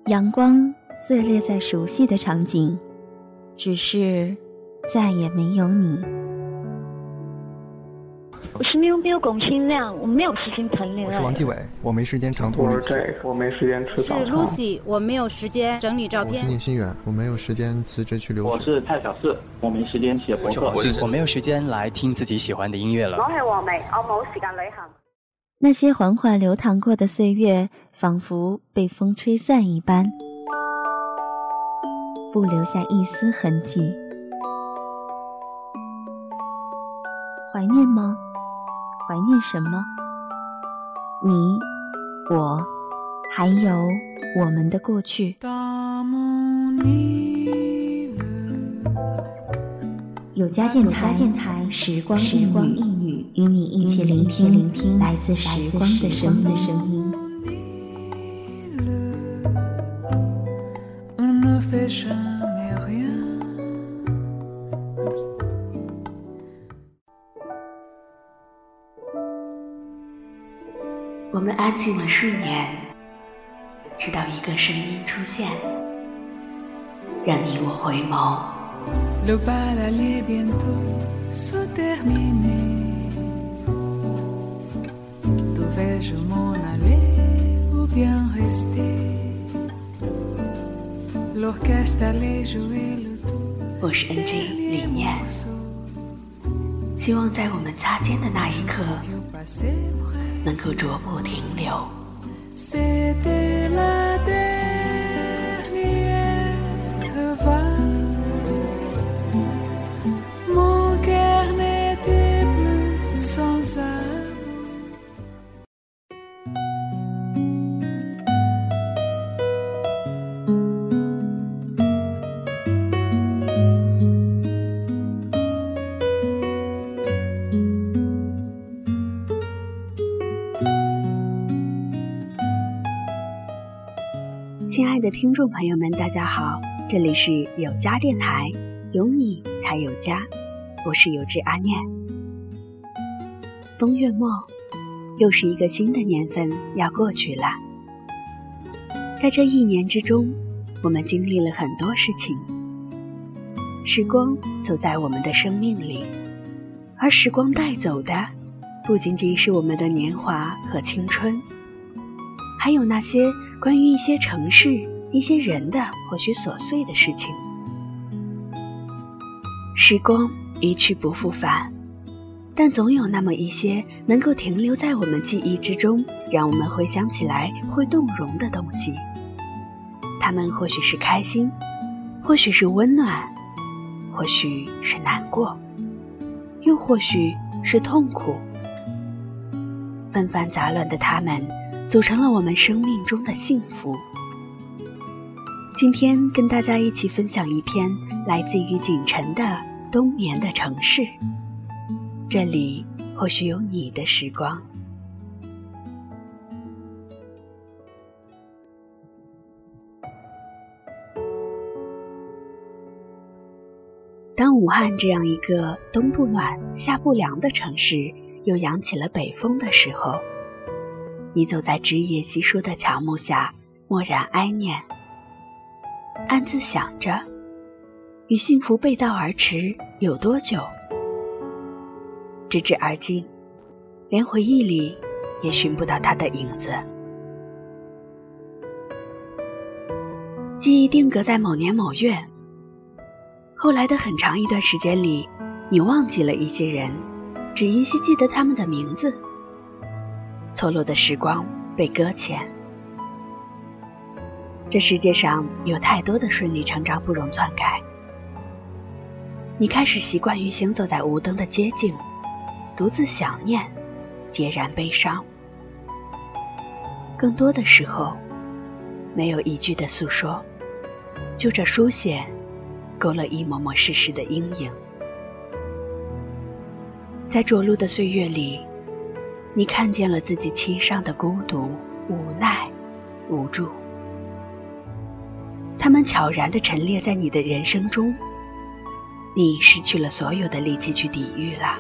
阳光碎裂在熟悉的场景，只是再也没有你。 我是没有共性恋，我没有时间谈恋爱。 我是王继伟，我没时间长途旅行。 我没时间吃早餐。 是 Lucy， 我没有时间整理照片。 我是聂新远，我没有时间辞职去留学。 我是蔡小四，我没时间写博客。 我没有时间来听自己喜欢的音乐了。 我是黃薇，我冇時間旅行。 那些緩緩流淌過的歲月，仿佛被風吹散一般，不留下一絲痕跡。懷念嗎？懷念什麼？你、我，還有我們的過去。有家電台，時光一語，與你一起聆聽來自時光的聲音。 我們安靜了數年，直到一個聲音出現，讓你我回眸。 Le bal allait bientôt se terminer. Devais-je m'en aller ou bien rester? L'orchestre allait jouer le tout. 我是 NG 李念，希望在我們擦肩的那一刻，能夠逐步停留。 C'était la dernière valse. Mon cœur n'était plus sans amour. 亲爱的听众朋友们，大家好，这里是有家电台，有你才有家，我是有志阿念。冬月末，又是一个新的年份要过去了。在这一年之中，我们经历了很多事情，时光走在我们的生命里，而时光带走的不仅仅是我们的年华和青春，还有那些关于一些城市、一些人的或许琐碎的事情。时光一去不复返，但总有那么一些能够停留在我们记忆之中，让我们回想起来会动容的东西。它们或许是开心，或许是温暖，或许是难过，又或许是痛苦。纷繁杂乱的它们组成了我们生命中的幸福。今天跟大家一起分享一篇来自于锦城的《冬眠的城市》，这里或许有你的时光。当武汉这样一个冬不暖夏不凉的城市又扬起了北风的时候，你走在枝叶稀疏的乔木下，默然哀念，暗自想着与幸福背道而驰有多久。直至而今，连回忆里也寻不到它的影子。记忆定格在某年某月，后来的很长一段时间里，你忘记了一些人，只依稀记得他们的名字。错落的时光被搁浅。这世界上有太多的顺理成章不容篡改。你开始习惯于行走在无灯的街径，独自想念，孑然悲伤。更多的时候，没有一句的诉说，就这书写勾勒一抹抹世事的阴影。在着陆的岁月里，你看见了自己栖上的孤独、无奈、无助，它们悄然地陈列在你的人生中，你失去了所有的力气去抵御了，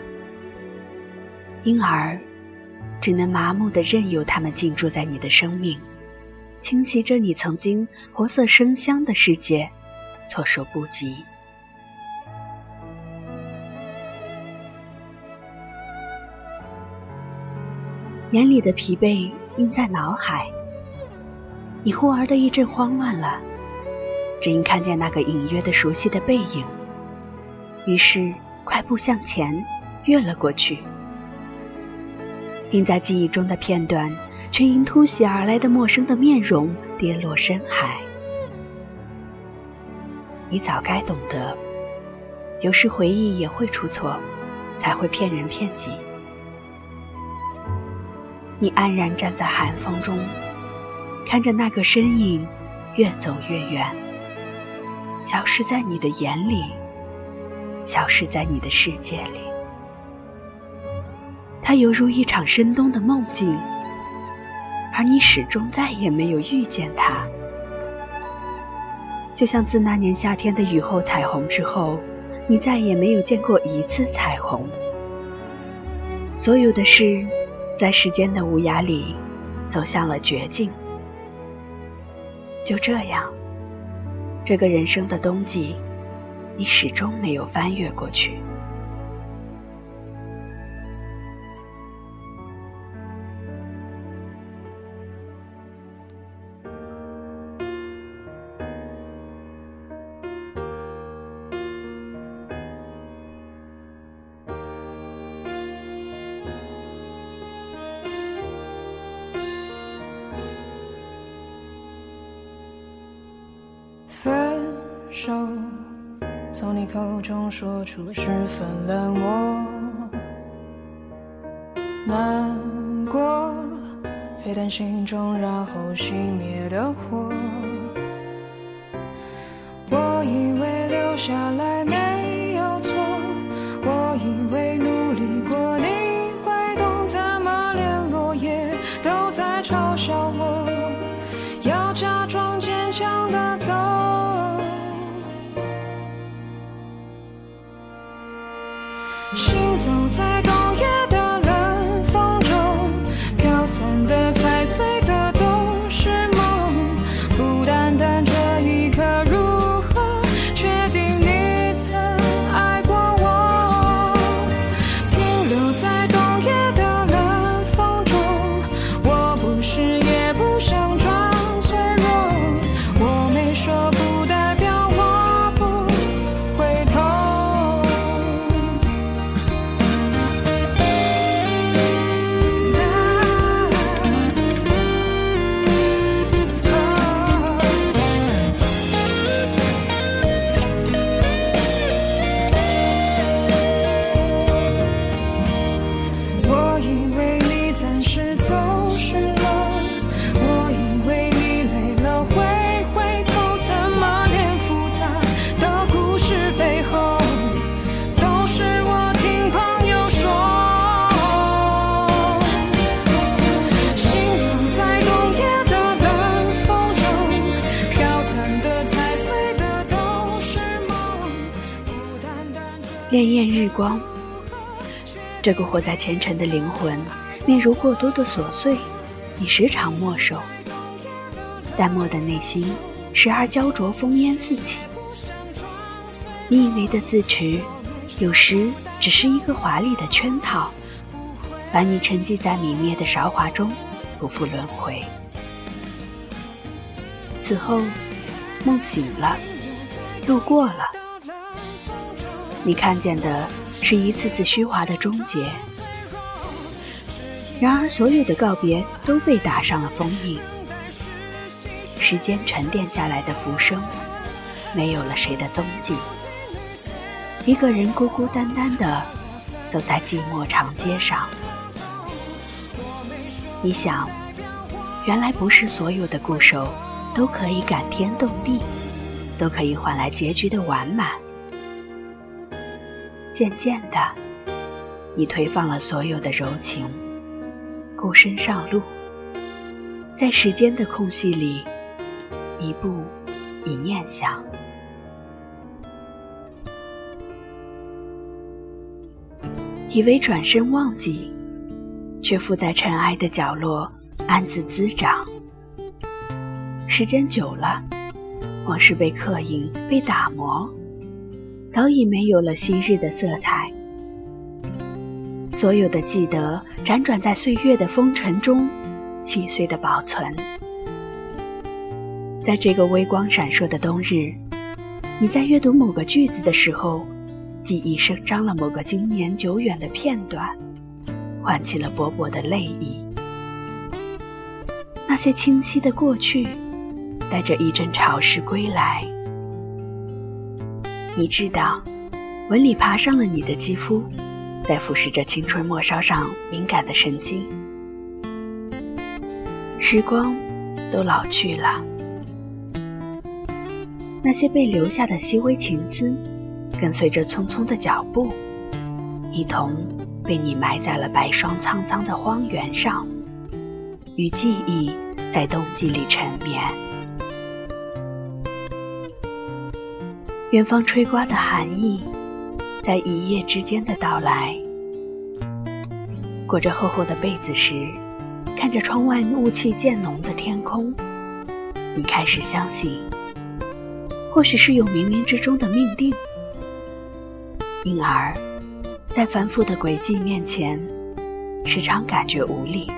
因而只能麻木地任由它们进驻在你的生命， 侵袭着你曾经活色生香的世界，措手不及。眼里的疲惫印在脑海，你忽而的一阵慌乱了，只因看见那个隐约的熟悉的背影，于是快步向前跃了过去。印在记忆中的片段却因突袭而来的陌生的面容跌落深海。你早该懂得，有时回忆也会出错，才会骗人骗己。你安然站在寒风中，看着那个身影越走越远，消失在你的眼里，消失在你的世界里。它犹如一场深冬的梦境，而你始终再也没有遇见它。就像自那年夏天的雨后彩虹之后，你再也没有见过一次彩虹。所有的事在时间的无涯里走向了绝境。就这样，这个人生的冬季，你始终没有翻越过去。 分手，从你口中说出十分冷漠，难过沸腾心中然后熄灭的火。我以为留下来没有错，我以为努力过你会懂，怎么连落叶都在嘲笑我，要假装坚强的走。行走在冬夜的冷风中，飘散的踩碎的都是梦，孤单单这一刻如何确定你曾爱过我？停留在冬夜的冷风中，我不是也不想装脆弱，我没说不代表我不会痛。 潋滟日光，这个活在前尘的灵魂，面如过多的琐碎，你时常默守。淡漠的内心，时而焦灼，烽烟四起。你以为的自持，有时只是一个华丽的圈套，把你沉寂在泯灭的韶华中，不复轮回。此后，梦醒了，路过了。你看见的是一次次虚华的终结，然而所有的告别都被打上了封印。时间沉淀下来的浮生，没有了谁的踪迹。一个人孤孤单单地走在寂寞长街上。你想，原来不是所有的固守都可以感天动地，都可以换来结局的完满。渐渐的，你推放了所有的柔情，孤身上路，在时间的空隙里，一步一念想。以为转身忘记，却附在尘埃的角落暗自滋长。 时间久了，往事被刻印、被打磨，早已没有了昔日的色彩。所有的记得辗转在岁月的风尘中，细碎的保存。在这个微光闪烁的冬日，你在阅读某个句子的时候，记忆生长了某个经年久远的片段，唤起了勃勃的泪意。那些清晰的过去，带着一阵潮湿归来。你知道，纹理爬上了你的肌肤，在腐蚀着青春末梢上敏感的神经。时光都老去了，那些被留下的细微情思，跟随着匆匆的脚步，一同被你埋在了白霜苍苍的荒原上，与记忆在冬季里沉眠。远方吹刮的寒意，在一夜之间的到来。裹着厚厚的被子时，看着窗外雾气渐浓的天空，你开始相信，或许是有冥冥之中的命定，因而在繁复的轨迹面前，时常感觉无力。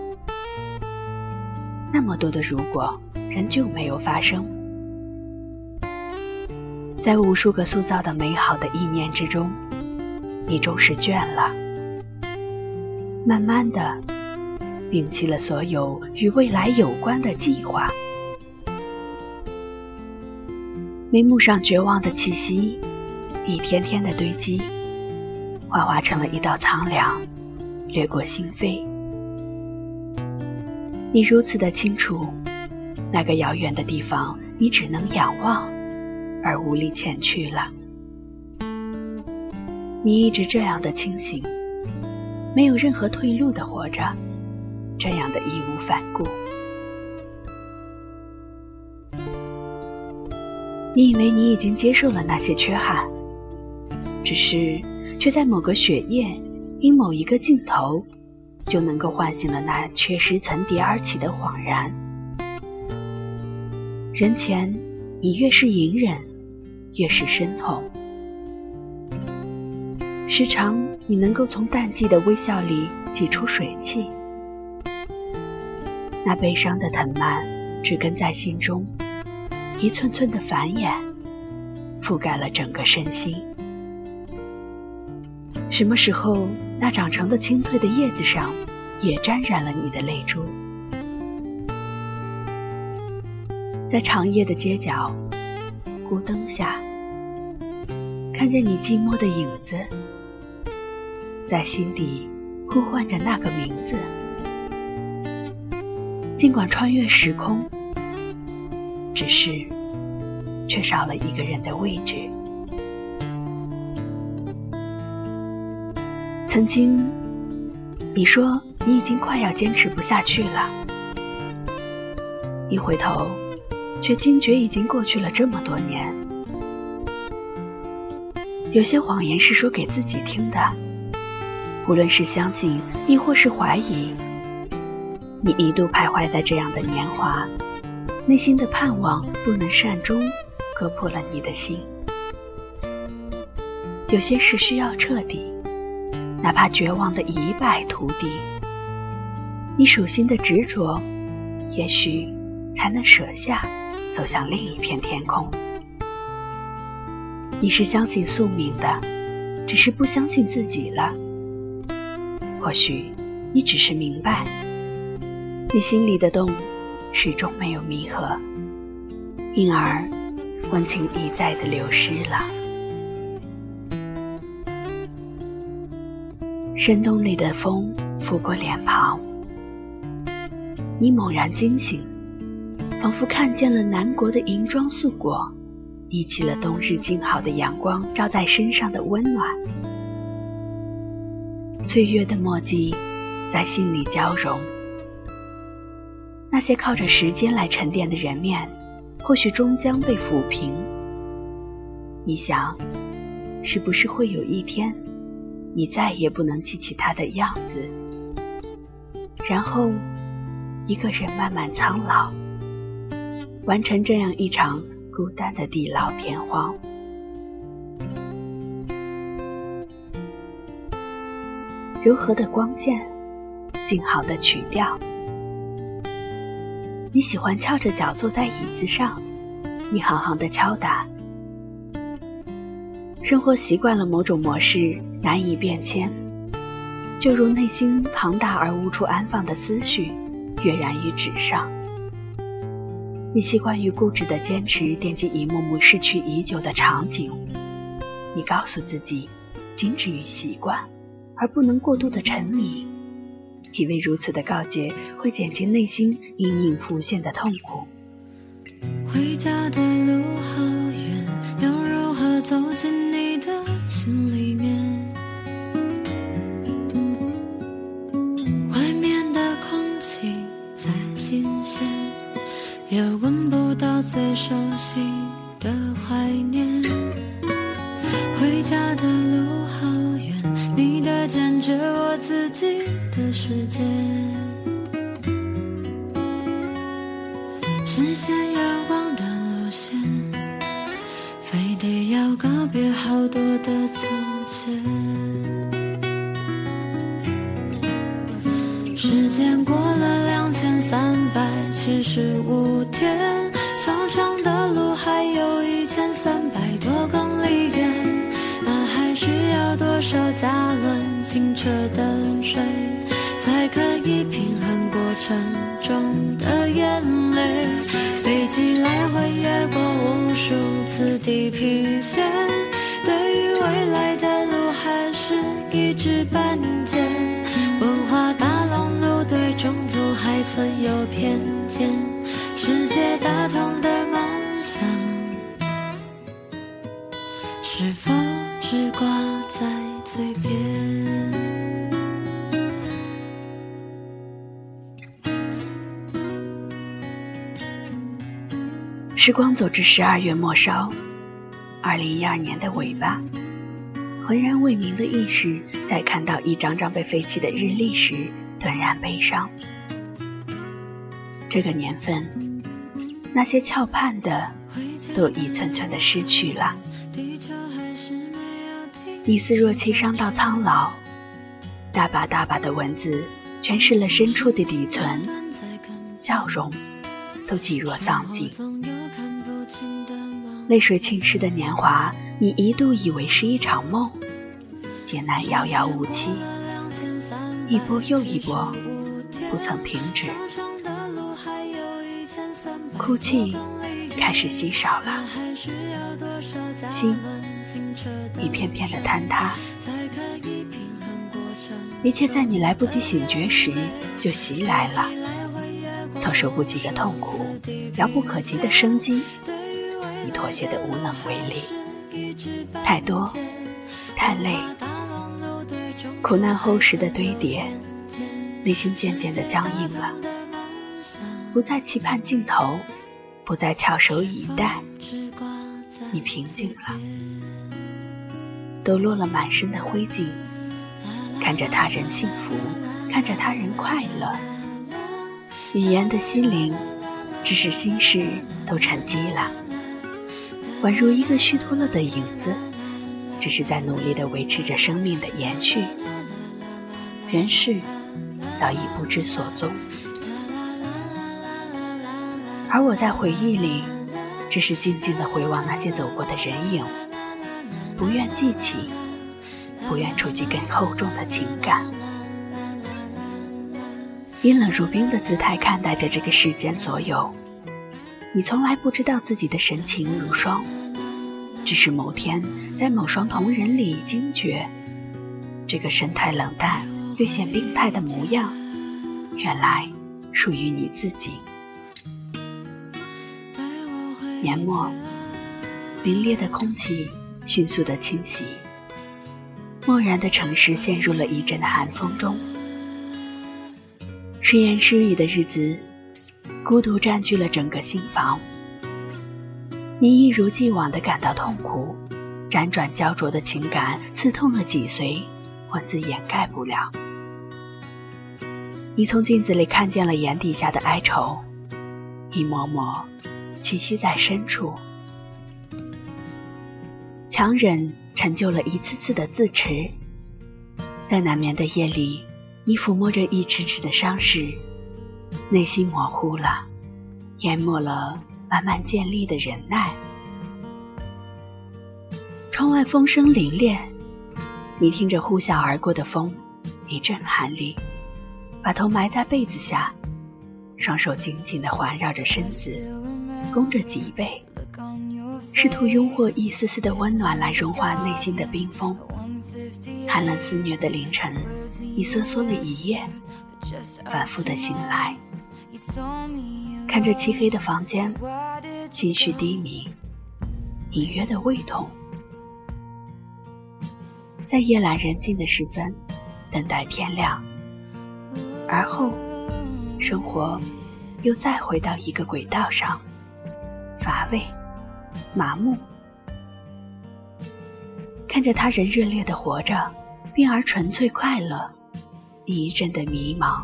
那么多的如果，仍旧没有发生。在无数个塑造的美好的意念之中，你终是倦了，慢慢的摒弃了所有与未来有关的计划。眉目上绝望的气息一天天的堆积，幻化成了一道苍凉，掠过心扉。你如此的清楚，那个遥远的地方，你只能仰望，而无力前去了。你一直这样的清醒，没有任何退路的活着，这样的义无反顾。你以为你已经接受了那些缺憾，只是却在某个血液因某一个镜头，就能够唤醒了那缺失层叠而起的恍然。人前你越是隐忍，越是深痛。时常你能够从淡季的微笑里挤出水汽，那悲伤的藤蔓植根在心中，一寸寸的繁衍，覆盖了整个身心。什么时候那长成的青翠的叶子上也沾染了你的泪珠？在长夜的街角，孤灯下，看见你寂寞的影子，在心底呼唤着那个名字。尽管穿越时空，只是却少了一个人的位置。曾经你说你已经快要坚持不下去了，一回头却惊觉已经过去了这么多年。有些谎言是说给自己听的，无论是相信亦或是怀疑，你一度徘徊在这样的年华，内心的盼望不能善终，割破了你的心。有些事需要彻底，哪怕绝望的一败涂地，你手心的执着，也许才能舍下，走向另一片天空。你是相信宿命的，只是不相信自己了。或许你只是明白，你心里的洞始终没有弥合，因而温情一再的流失了。深冬里的风拂过脸庞，你猛然惊醒，仿佛看见了南国的银装素裹，忆起了冬日静好的阳光照在身上的温暖。岁月的墨迹在心里交融，那些靠着时间来沉淀的人面，或许终将被抚平。你想，是不是会有一天，你再也不能记起他的样子，然后一个人慢慢苍老， 完成这样一场孤单的地老天荒。柔和的光线，静好的曲调。你喜欢翘着脚坐在椅子上，一行行的敲打。生活习惯了某种模式，难以变迁，就如内心庞大而无处安放的思绪跃然于纸上。你习惯于固执的坚持，惦记一幕幕逝去已久的场景。你告诉自己，仅止于习惯，而不能过度的沉迷，以为如此的告诫会减轻内心隐隐浮现的痛苦。 回家的路好远，要如何走进你的心里面？外面的空气再新鲜，也闻不到最熟悉的怀念。回家的路好远，你的坚决，我自己的世界。实现遥望的路线，非得要告别好多的从前。时间过了2375天，上长的路还有1300多公里远，那还需要多少加仑清澈的水，才可以平衡过程中的眼泪？飞机来回越过无数次地平线，对于未来的路还是一知半解。文化大熔炉对种族还存有偏见，世界大同的梦想是否只挂在嘴边？ 时光走至12月末梢，2012年的尾巴，浑然未明的意识在看到一张张被废弃的日历时顿然悲伤。这个年份，那些翘盼的都一寸寸的失去了。一丝若气伤到苍老，大把大把的文字诠释了深处的底存，笑容都寂若丧尽。泪水浸湿的年华，你一度以为是一场梦，艰难遥遥无期，一波又一波，不曾停止。哭泣开始稀少了，心一片片的坍塌，一切在你来不及醒觉时就袭来了，措手不及的痛苦，遥不可及的生机，你妥协的无能为力。太多太累，苦难厚实的堆叠，内心渐渐的僵硬了，不再期盼尽头，不再翘首以待，你平静了，抖落了满身的灰烬，看着他人幸福，看着他人快乐，语言的心灵，只是心事都沉积了，宛如一个虚脱了的影子，只是在努力地维持着生命的延续，人世早已不知所踪。而我在回忆里，只是静静地回望那些走过的人影，不愿记起，不愿触及更厚重的情感，冰冷如冰的姿态看待着这个世间所有。你从来不知道自己的神情如霜，只是某天在某双瞳人里惊觉，这个神态冷淡略显病态的模样，原来属于你自己。年末，凛冽的空气迅速的侵袭，漠然的城市陷入了一阵的寒风中。时言时语的日子，孤独占据了整个心房。你一如既往地感到痛苦，辗转焦灼的情感刺痛了脊髓，文字掩盖不了。你从镜子里看见了眼底下的哀愁，一抹抹栖息在深处。强忍成就了一次次的自持，在难眠的夜里，你抚摸着一池池的伤势，内心模糊了，淹没了慢慢建立的忍耐。窗外风声凛冽，你听着呼啸而过的风，一阵寒栗，把头埋在被子下，双手紧紧地环绕着身子，弓着脊背，试图拥获一丝丝的温暖来融化内心的冰封。寒冷肆虐的凌晨，你瑟缩了一夜，反复地醒来，看着漆黑的房间，情绪低迷，隐约的胃痛。在夜阑人静的时分，等待天亮，而后生活又再回到一个轨道上，乏味麻木。看着他人热烈地活着，并而纯粹快乐，一阵的迷茫。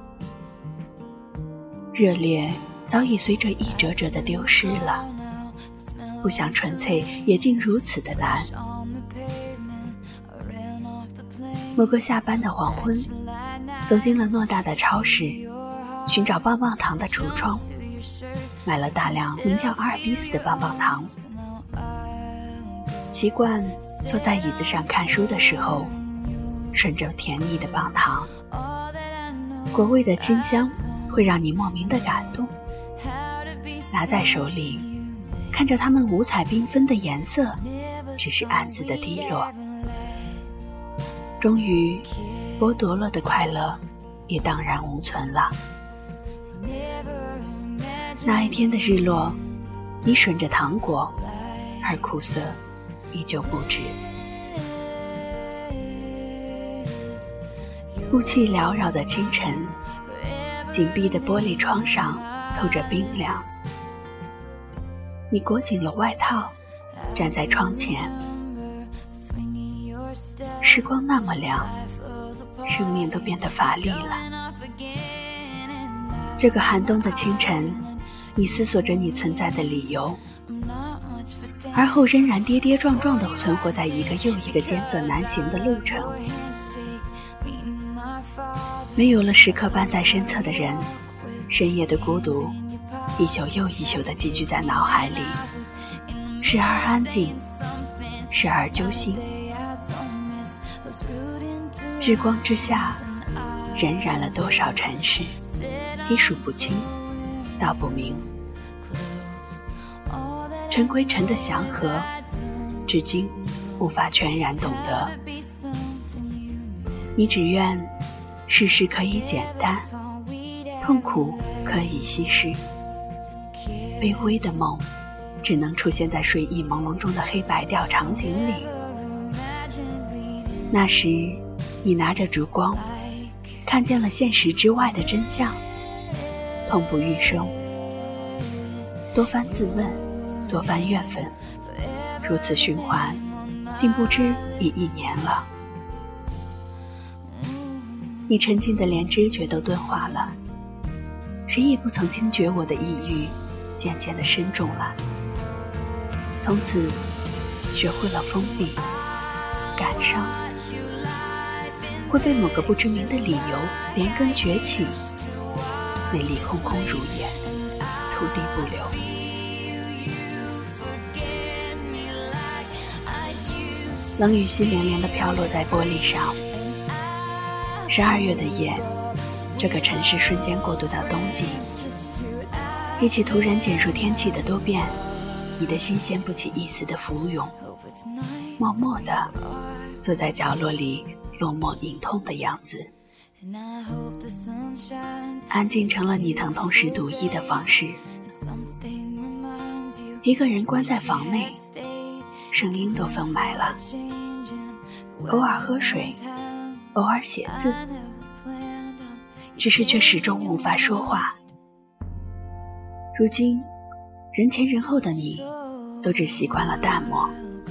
热烈早已随着一折折的丢失了，不想纯粹也竟如此的难。某个下班的黄昏，走进了偌大的超市，寻找棒棒糖的橱窗，买了大量名叫阿尔卑斯的棒棒糖。习惯坐在椅子上看书的时候，顺着甜腻的棒糖，果味的清香会让你莫名的感动。拿在手里，看着它们五彩缤纷的颜色，只是暗自的低落。终于剥夺了的快乐也荡然无存了。那一天的日落，你吮着糖果，而苦涩依旧不止。雾气缭绕的清晨，紧闭的玻璃窗上透着冰凉。你裹紧了外套，站在窗前。时光那么凉，生命都变得乏力了。这个寒冬的清晨，你思索着你存在的理由，而后仍然跌跌撞撞地存活在一个又一个艰涩难行的路程。没有了时刻伴在身侧的人，深夜的孤独一宿又一宿地积聚在脑海里，时而安静，时而揪心。日光之下，荏苒了多少尘世，已数不清，道不明。尘归尘的祥和，至今无法全然懂得。你只愿世事可以简单，痛苦可以稀释。卑微的梦，只能出现在睡意朦胧中的黑白调场景里。那时，你拿着烛光，看见了现实之外的真相，痛不欲生。多番自问，多番怨愤，如此循环，竟不知已1年了。你沉浸的连知觉都钝化了，谁也不曾惊觉我的抑郁渐渐的深重了。从此学会了封闭感伤，会被某个不知名的理由连根崛起，内里空空如也，土地不留。冷雨淅连连地飘落在玻璃上。12月的夜，这个城市瞬间过渡到冬季。比起突然简述天气的多变，你的心掀不起一丝的浮涌，默默地坐在角落里，落寞隐痛的样子。安静成了你疼痛时独一的方式。一个人关在房内，声音都封埋了，偶尔喝水，偶尔写字，只是却始终无法说话。如今人前人后的你都只习惯了淡漠，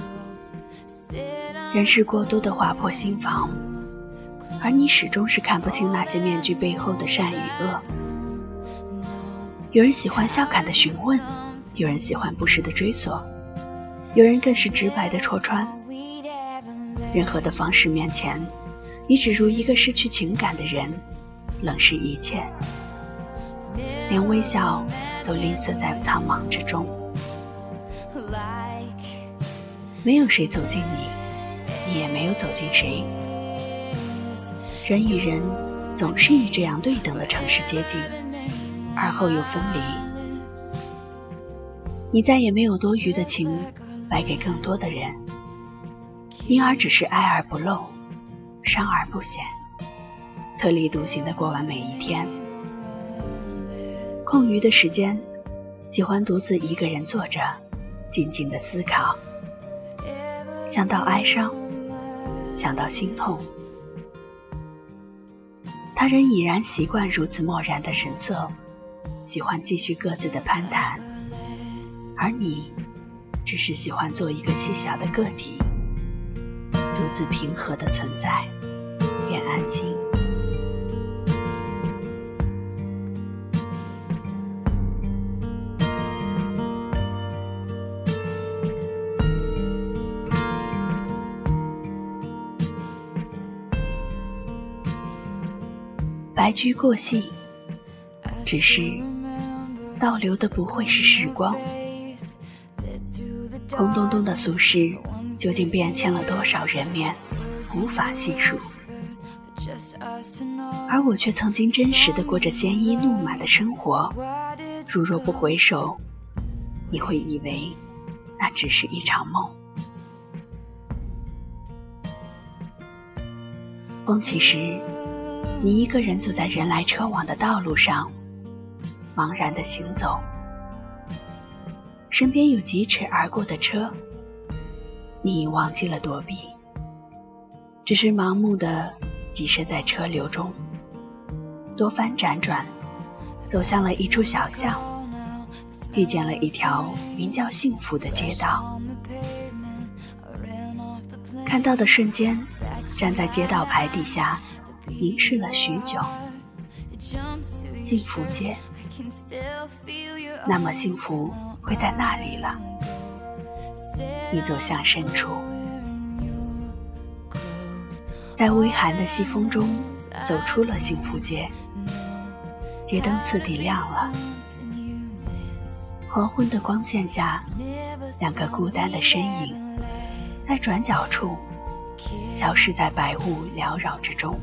人事过多的划破心房，而你始终是看不清那些面具背后的善与恶。有人喜欢笑侃的询问， 有人喜欢不时的追索，有人更是直白的戳穿。任何的方式面前，你只如一个失去情感的人，冷视一切，连微笑都吝啬在苍茫之中。没有谁走进你，你也没有走进谁。人与人总是以这样对等的程式接近，而后又分离。你再也没有多余的情来给更多的人，因而只是爱而不露，伤而不显，特立独行地过完每一天。空余的时间，喜欢独自一个人坐着，静静地思考，想到哀伤，想到心痛。他人已然习惯如此漠然的神色，喜欢继续各自的攀谈，而你只是喜欢做一个细小的个体，独自平和的存在，便安心。白驹过隙，只是倒流的不会是时光。空洞洞的俗世究竟变迁了多少人面，无法细数。而我却曾经真实的过着鲜衣怒马的生活，如若不回首，你会以为那只是一场梦。风起时，你一个人走在人来车往的道路上，茫然地行走，身边有疾驰而过的车，你已忘记了躲避，只是盲目地跻身在车流中，多番辗转，走向了一处小巷，遇见了一条名叫幸福的街道。看到的瞬间，站在街道牌底下凝视了许久。幸福街，那么幸福会在那里了。你走向深处，在微寒的西风中走出了幸福街。街灯次第亮了，黄昏的光线下，两个孤单的身影在转角处消失在白雾缭绕之中，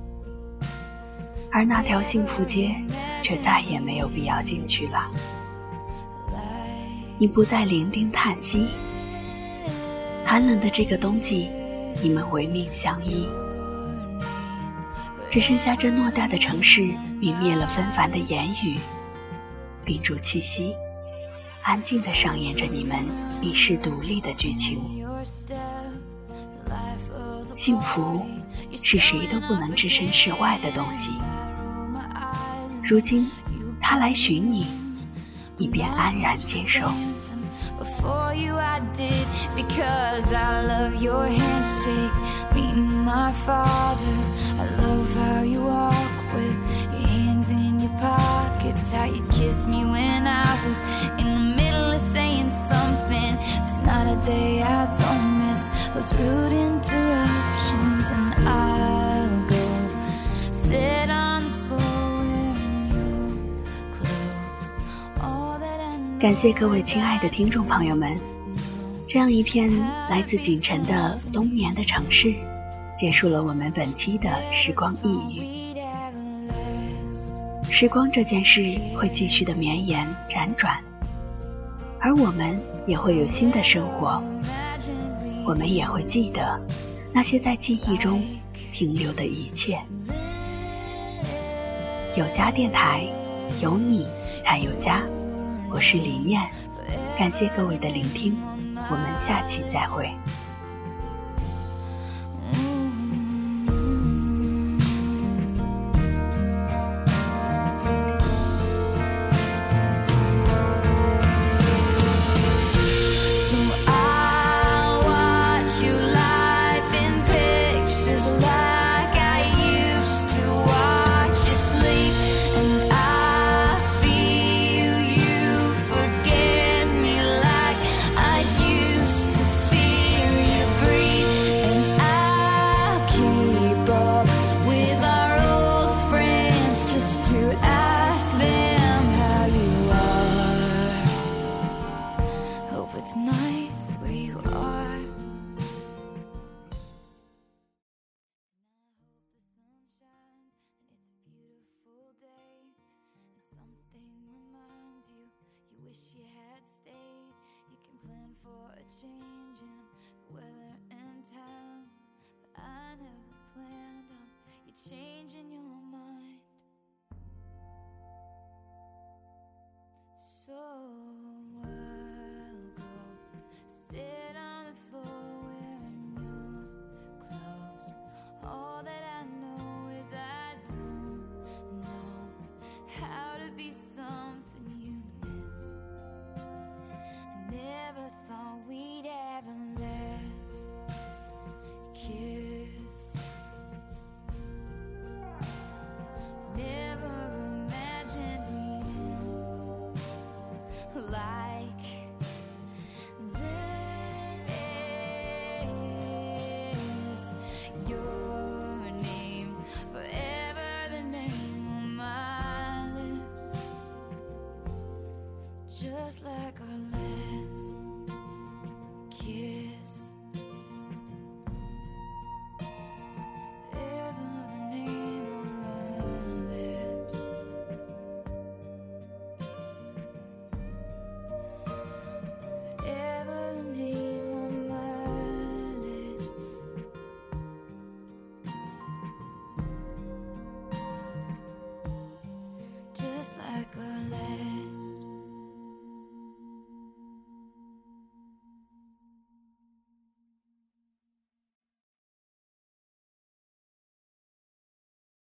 而那条幸福街却再也没有必要进去了。你不再伶仃叹息，寒冷的这个冬季，你们唯命相依，只剩下这偌大的城市泯灭了纷繁的言语，屏住气息，安静地上演着你们一世独立的剧情。幸福是谁都不能置身事外的东西，如今他来寻你，你便安然接受。 Before you I did, because I love your handshake, meeting my father. I love how you walk with your hands in your pockets, how you kissed me when I was in the middle of saying something. It's not a day I don't miss those rude interruptions, and I'll go sit on the floor wearing your clothes. All that I know. 感谢各位亲爱的听众朋友们，这样一片来自锦城的冬眠的城市，结束了我们本期的时光一语。时光这件事会继续的绵延辗转，而我们也会有新的生活，我们也会记得那些在记忆中停留的一切。有家电台，有你才有家。我是李念，感谢各位的聆听，我们下期再会。 And I feel you forget wish you had stayed. You can plan for a change in the weather and time, but I never planned on you changing your mind. So I'll go sit on the floor wearing your clothes. All that I know is I don't know how to be something you miss. I never thought we'd ever last kiss. Never imagined we'd end like this. Your name forever, the name on my lips, just like our last kiss. Forever, the name on my lips. Forever, the name on my lips. Just like our last